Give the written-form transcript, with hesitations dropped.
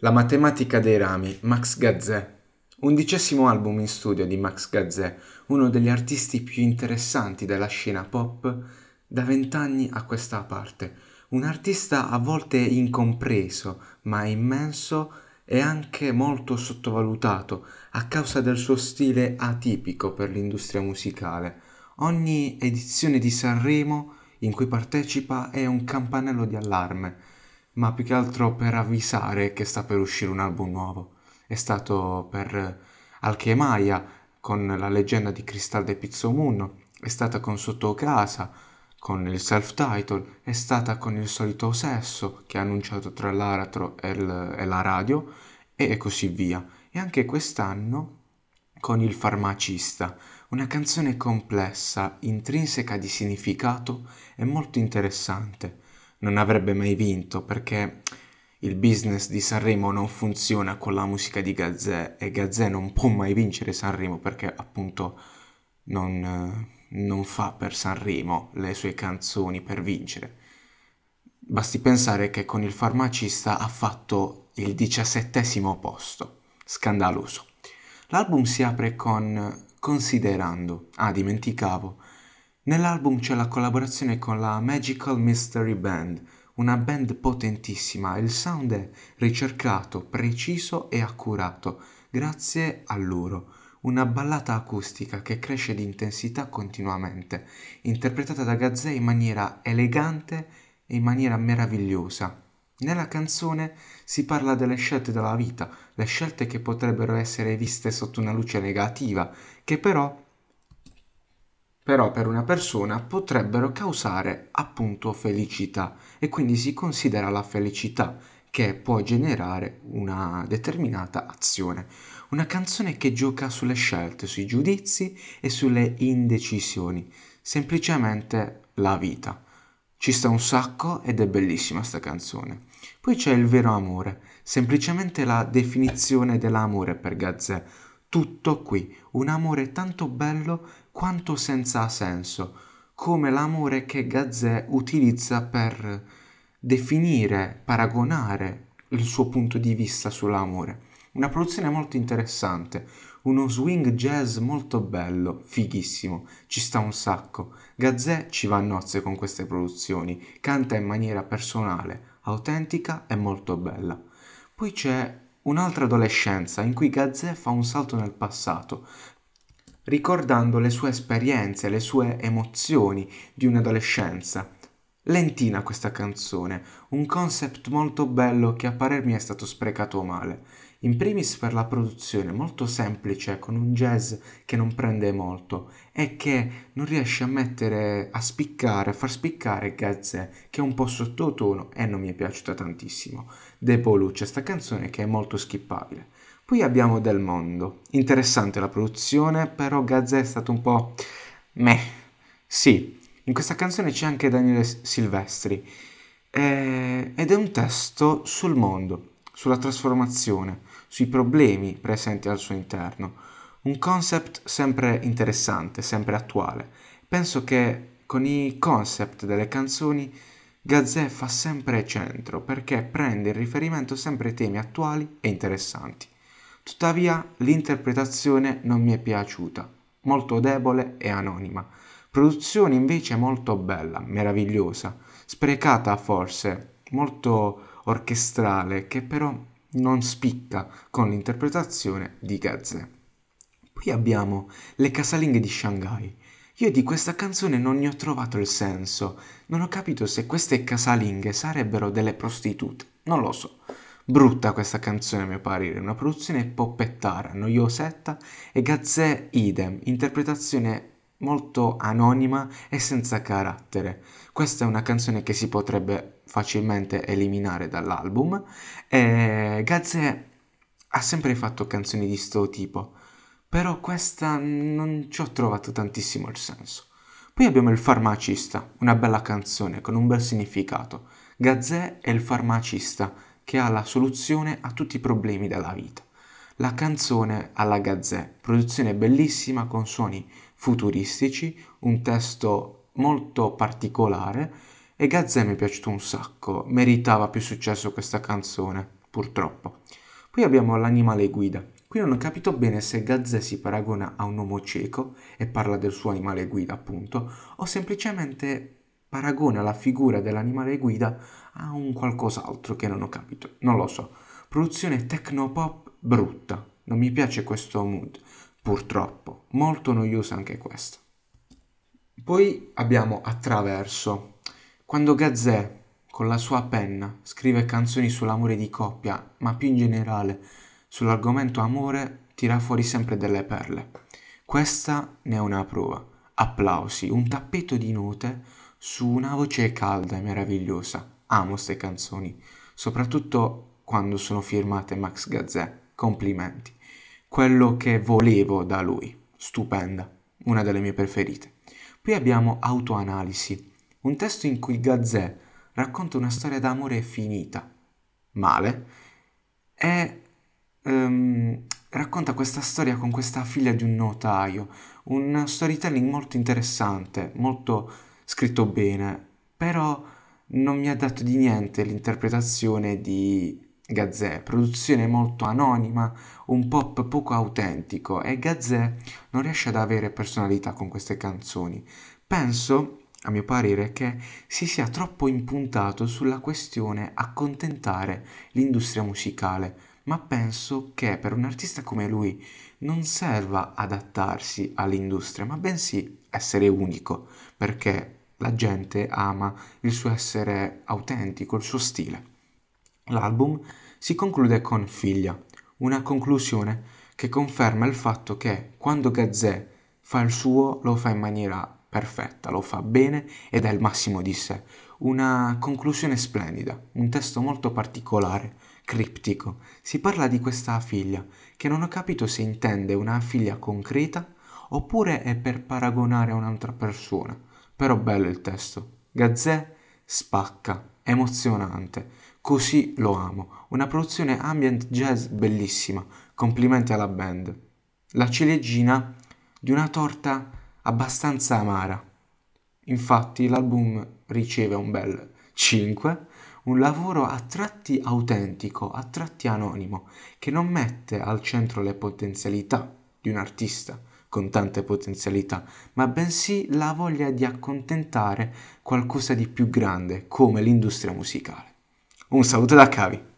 La matematica dei rami, Max Gazzè. 11° album in studio di Max Gazzè, uno degli artisti più interessanti della scena pop da 20 anni a questa parte. Un artista a volte incompreso, ma immenso e anche molto sottovalutato a causa del suo stile atipico per l'industria musicale. Ogni edizione di Sanremo in cui partecipa è un campanello di allarme, ma più che altro per avvisare che sta per uscire un album nuovo. È stato per Alchemaia con La leggenda di Cristal de Pizzomunno, è stata con Sotto Casa, con il self-title, è stata con Il solito sesso, che ha annunciato tra l'altro e la radio, e così via. E anche quest'anno con Il farmacista, una canzone complessa, intrinseca di significato e molto interessante. Non avrebbe mai vinto perché il business di Sanremo non funziona con la musica di Gazzè e Gazzè non può mai vincere Sanremo perché appunto non fa per Sanremo le sue canzoni per vincere. Basti pensare che con Il farmacista ha fatto il 17° posto, scandaloso. L'album si apre con Considerando. Ah, dimenticavo. Nell'album c'è la collaborazione con la Magical Mystery Band, una band potentissima. Il sound è ricercato, preciso e accurato, grazie a loro. Una ballata acustica che cresce di intensità continuamente, interpretata da Gazzè in maniera elegante e in maniera meravigliosa. Nella canzone si parla delle scelte della vita, le scelte che potrebbero essere viste sotto una luce negativa, che però per una persona potrebbero causare appunto felicità e quindi si considera la felicità che può generare una determinata azione. Una canzone che gioca sulle scelte, sui giudizi e sulle indecisioni, semplicemente la vita. Ci sta un sacco ed è bellissima sta canzone. Poi c'è Il vero amore, semplicemente la definizione dell'amore per Gazzè. Tutto qui, un amore tanto bello quanto senza senso, come l'amore che Gazzè utilizza per definire, paragonare il suo punto di vista sull'amore. Una produzione molto interessante, uno swing jazz molto bello, fighissimo, ci sta un sacco. Gazzè ci va a nozze con queste produzioni, canta in maniera personale, autentica e molto bella. Poi c'è un'altra adolescenza in cui Gazzè fa un salto nel passato, ricordando le sue esperienze, le sue emozioni di un'adolescenza. Lentina questa canzone, un concept molto bello che a parer mio è stato sprecato male. In primis per la produzione molto semplice, con un jazz che non prende molto e che non riesce a mettere a spiccare, a far spiccare Gazzè, che è un po' sottotono e non mi è piaciuta tantissimo. Depoluccia sta canzone che è molto skippabile. Poi abbiamo Del Mondo. Interessante la produzione, però Gazzè è stato un po' meh. Sì, in questa canzone c'è anche Daniele Silvestri ed è un testo sul mondo, sulla trasformazione, sui problemi presenti al suo interno. Un concept sempre interessante, sempre attuale. Penso che con i concept delle canzoni Gazzè fa sempre centro perché prende in riferimento sempre temi attuali e interessanti. Tuttavia l'interpretazione non mi è piaciuta, molto debole e anonima. Produzione invece molto bella, meravigliosa, sprecata forse, molto orchestrale, che però non spicca con l'interpretazione di Gazzè. Poi abbiamo Le casalinghe di Shanghai. Io di questa canzone non ne ho trovato il senso, non ho capito se queste casalinghe sarebbero delle prostitute, non lo so. Brutta questa canzone a mio parere, una produzione poppettara, noiosetta e Gazzè idem, interpretazione molto anonima e senza carattere. Questa è una canzone che si potrebbe facilmente eliminare dall'album e Gazzè ha sempre fatto canzoni di sto tipo, però questa non ci ho trovato tantissimo il senso. Poi abbiamo Il farmacista, una bella canzone con un bel significato. Gazzè è il farmacista che ha la soluzione a tutti i problemi della vita. La canzone alla Gazzè, produzione bellissima con suoni futuristici, un testo molto particolare e Gazzè mi è piaciuto un sacco, meritava più successo questa canzone. purtroppo. Poi abbiamo l'animale guida. Qui non ho capito bene se Gazzè si paragona a un uomo cieco e parla del suo animale guida, appunto, o semplicemente paragona la figura dell'animale guida a un qualcos'altro che non ho capito. Non lo so. Produzione technopop brutta. Non mi piace questo mood, purtroppo. Molto noiosa anche questa. Poi abbiamo Attraverso. Quando Gazzè, con la sua penna, scrive canzoni sull'amore di coppia, ma più in generale sull'argomento amore, tira fuori sempre delle perle. Questa ne è una prova. Applausi, un tappeto di note su una voce calda e meravigliosa. Amo ste canzoni, soprattutto quando sono firmate Max Gazzè. Complimenti. Quello che volevo da lui. Stupenda, una delle mie preferite. Poi abbiamo Autoanalisi, un testo in cui Gazzè racconta una storia d'amore finita, male, e racconta questa storia con questa figlia di un notaio, un storytelling molto interessante, molto scritto bene, però non mi ha dato di niente l'interpretazione di Gazzè, produzione molto anonima, un pop poco autentico e Gazzè non riesce ad avere personalità con queste canzoni. Penso, a mio parere, che si sia troppo impuntato sulla questione accontentare l'industria musicale, ma penso che per un artista come lui non serva adattarsi all'industria, ma bensì essere unico, perché la gente ama il suo essere autentico, il suo stile. L'album si conclude con Figlia, una conclusione che conferma il fatto che quando Gazzè fa il suo lo fa in maniera perfetta, lo fa bene ed è il massimo di sé. Una conclusione splendida, un testo molto particolare, criptico. Si parla di questa figlia, che non ho capito se intende una figlia concreta oppure è per paragonare a un'altra persona. Però bello il testo. Gazzè spacca, emozionante. Così lo amo. Una produzione ambient jazz bellissima. Complimenti alla band. La ciliegina di una torta abbastanza amara. Infatti l'album riceve un bel 5, un lavoro a tratti autentico, a tratti anonimo, che non mette al centro le potenzialità di un artista con tante potenzialità, ma bensì la voglia di accontentare qualcosa di più grande come l'industria musicale. Un saluto da Cavi.